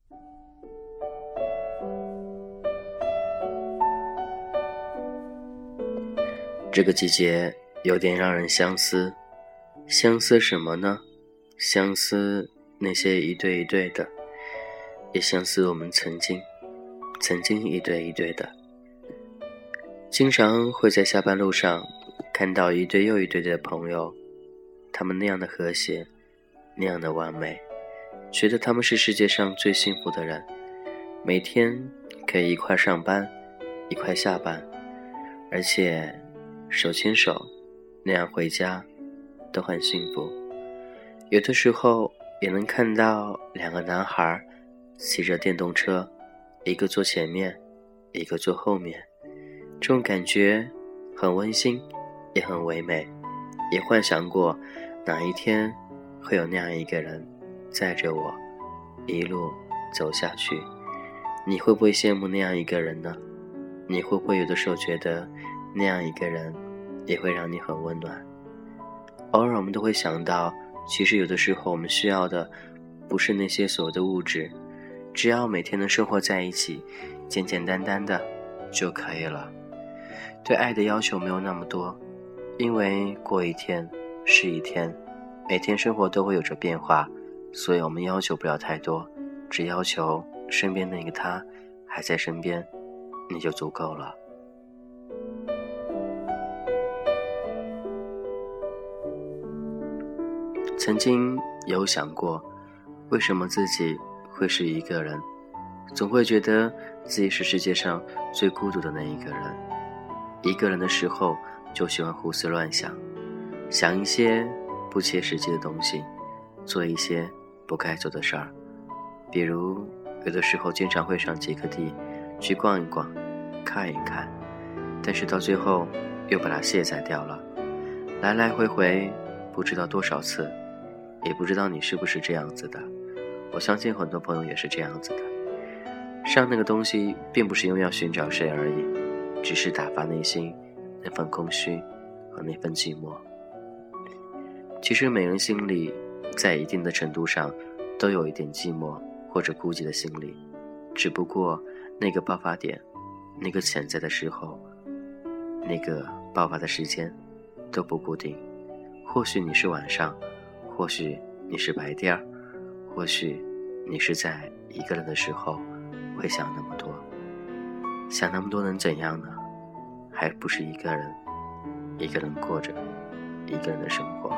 这个季节有点让人相思，相思什么呢？相思那些一对一对的，也相思我们曾经一对一对的。经常会在下班路上看到一对又一对的朋友，他们那样的和谐，那样的完美，觉得他们是世界上最幸福的人，每天可以一块上班，一块下班，而且手牵手那样回家都很幸福。有的时候也能看到两个男孩骑着电动车，一个坐前面，一个坐后面，这种感觉很温馨，也很唯美。也幻想过哪一天会有那样一个人载着我一路走下去。你会不会羡慕那样一个人呢？你会不会有的时候觉得那样一个人也会让你很温暖？偶尔我们都会想到，其实有的时候我们需要的不是那些所谓的物质，只要每天能生活在一起，简简单单的就可以了。对爱的要求没有那么多，因为过一天是一天，每天生活都会有着变化，所以我们要求不了太多，只要求身边那个他还在身边，你就足够了。曾经有想过，为什么自己会是一个人，总会觉得自己是世界上最孤独的那一个人。一个人的时候就喜欢胡思乱想，想一些不切实际的东西，做一些不该做的事儿。比如有的时候经常会上几个地去逛一逛，看一看，但是到最后又把它卸载掉了，来来回回不知道多少次，也不知道你是不是这样子的。我相信很多朋友也是这样子的，上那个东西并不是因为要寻找谁而已，只是打发内心那份空虚和那份寂寞。其实每人心里在一定的程度上都有一点寂寞或者孤寂的心理，只不过那个爆发点，那个潜在的时候，那个爆发的时间都不固定。或许你是晚上，或许你是白天，或许你是在一个人的时候会想那么多。想那么多能怎样呢？还不是一个人过着一个人的生活。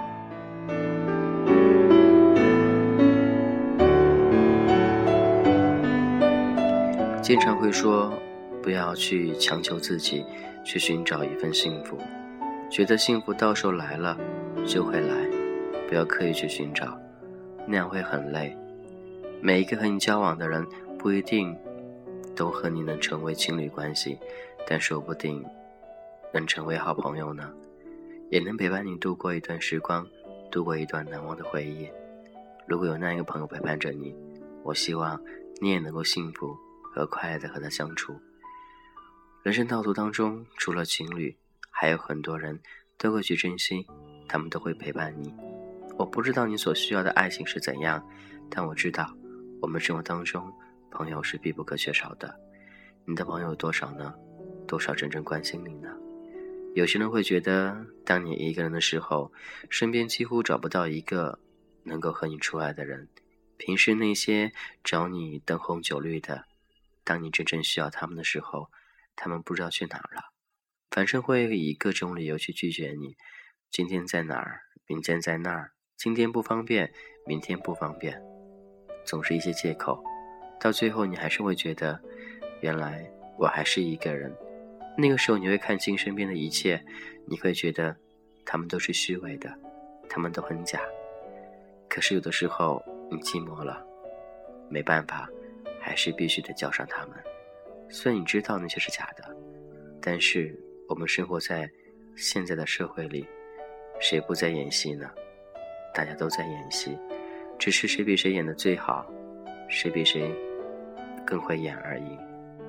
经常会说，不要去强求自己去寻找一份幸福，觉得幸福到时候来了就会来，不要刻意去寻找，那样会很累。每一个和你交往的人不一定都和你能成为情侣关系，但说不定能成为好朋友呢，也能陪伴你度过一段时光，度过一段难忘的回忆。如果有那一个朋友陪伴着你，我希望你也能够幸福和快乐地和他相处。人生道路当中，除了情侣，还有很多人都会去珍惜，他们都会陪伴你。我不知道你所需要的爱情是怎样，但我知道我们生活当中朋友是必不可缺少的。你的朋友有多少呢？多少真正关心你呢？有些人会觉得，当你一个人的时候，身边几乎找不到一个能够和你出来的人。平时那些找你灯红酒绿的，当你真正需要他们的时候，他们不知道去哪儿了，反正会以各种理由去拒绝你。今天在哪儿，明天在那儿，今天不方便，明天不方便，总是一些借口。到最后你还是会觉得，原来我还是一个人。那个时候你会看清身边的一切，你会觉得他们都是虚伪的，他们都很假。可是有的时候你寂寞了，没办法，还是必须得叫上他们。虽然你知道那些是假的，但是我们生活在现在的社会里，谁不在演戏呢？大家都在演戏，只是谁比谁演得最好，谁比谁更会演而已。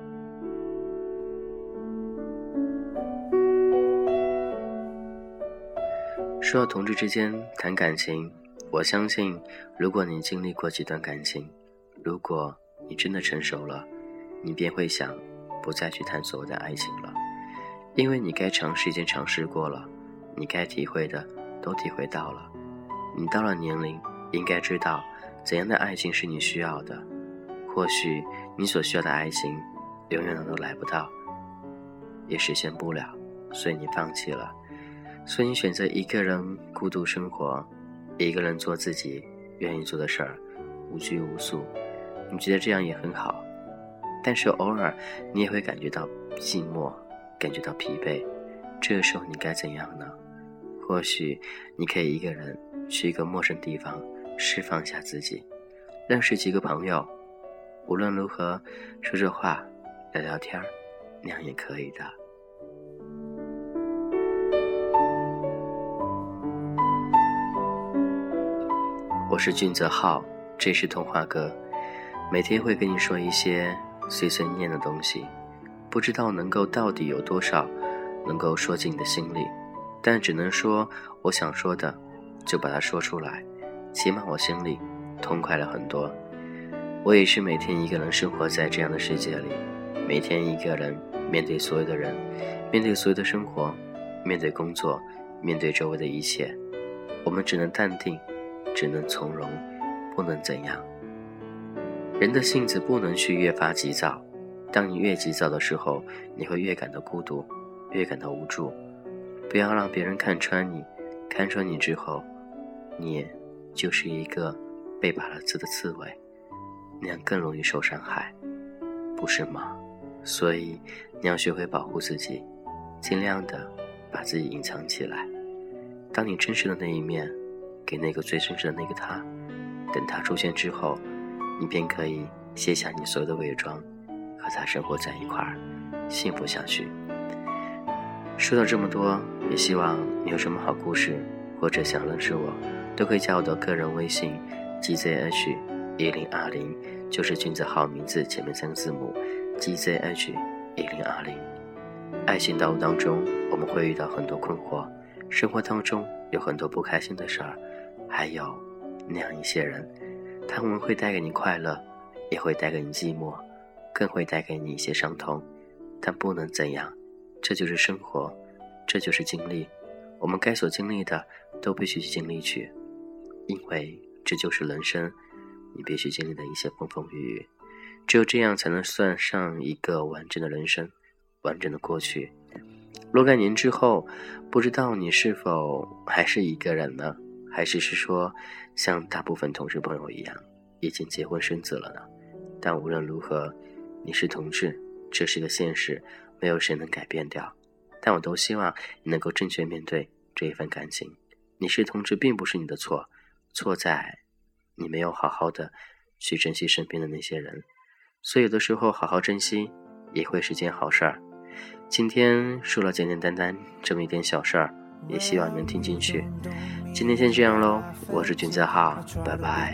说到同志之间谈感情，我相信如果你经历过几段感情，如果你真的成熟了，你便会想不再去谈所谓的爱情了，因为你该尝试已经尝试过了，你该体会的都体会到了。你到了年龄，应该知道怎样的爱情是你需要的。或许你所需要的爱情永远都来不到，也实现不了，所以你放弃了。所以你选择一个人孤独生活，一个人做自己愿意做的事儿，无拘无束。你觉得这样也很好，但是偶尔你也会感觉到寂寞，感觉到疲惫。这个时候你该怎样呢？或许你可以一个人去一个陌生地方释放一下自己，认识几个朋友，无论如何说说话聊聊天，那样也可以的。我是俊泽浩，这是童话哥，每天会跟你说一些碎碎念的东西，不知道能够到底有多少能够说进你的心里，但只能说我想说的就把它说出来，起码我心里痛快了很多。我也是每天一个人生活在这样的世界里，每天一个人面对所有的人，面对所有的生活，面对工作，面对周围的一切。我们只能淡定，只能从容，不能怎样。人的性子不能去越发急躁，当你越急躁的时候，你会越感到孤独，越感到无助。不要让别人看穿你，看穿你之后，你也就是一个被拔了刺的刺猬，那样更容易受伤害，不是吗？所以你要学会保护自己，尽量的把自己隐藏起来。当你真实的那一面给那个最真实的那个他，等他出现之后，你便可以卸下你所有的伪装，和他生活在一块儿，幸福下去。说到这么多，也希望你有什么好故事或者想认识我，都可以加我的个人微信 GZH1020，就是君子号名字前面3个字母 GZH1020。爱情道路当中，我们会遇到很多困惑，生活当中有很多不开心的事儿，还有那样一些人，他们会带给你快乐，也会带给你寂寞，更会带给你一些伤痛，但不能怎样，这就是生活，这就是经历。我们该所经历的都必须去经历去，因为这就是人生你必须经历的一些风风雨雨。只有这样才能算上一个完整的人生，完整的过去。若干年之后，不知道你是否还是一个人呢？还是说像大部分同志朋友一样已经结婚生子了呢？但无论如何，你是同志，这是个现实，没有谁能改变掉。但我都希望你能够正确面对这一份感情。你是同志并不是你的错，错在你没有好好的去珍惜身边的那些人。所以有的时候好好珍惜也会是件好事儿。今天说了简简单单这么一点小事儿，也希望你能听进去。今天先这样咯，我是君子浩，拜拜。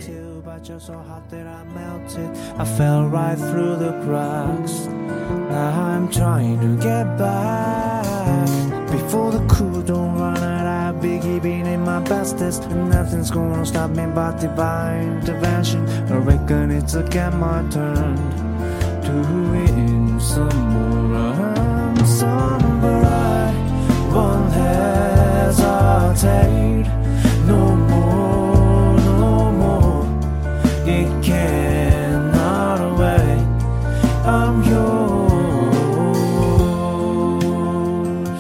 I fell right through the cracks. Now I'm trying to get back. Before the crew don't run out, I'll be keeping in my bestest. And nothing's gonna stop me but divine intervention. I reckon it's again my turn to win some more. But I won't hesitate no more, no more. It cannot wait. I'm yours.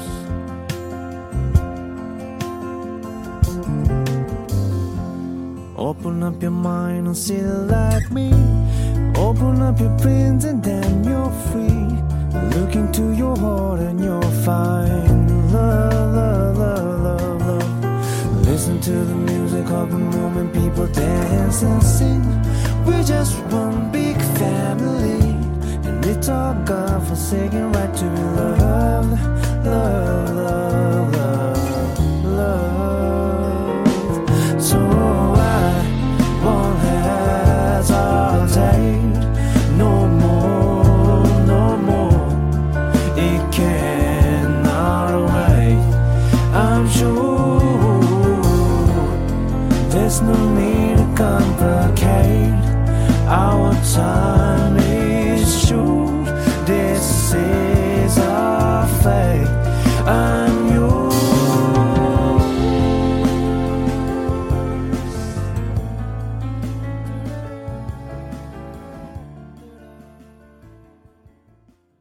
Open up your mind and see like me. Open up your brains and then you're free. Look into your heart and you'll find love, love, love, love, love. Listen to the music of the moment, people dance and sing. We're just one big family, and it's our God-forsaken right to be loved, love, love, love, love. So I won't hesitate no more, no more. It cannot wait, I'm sure. There's no need to complicate our time. promises of fate. I'm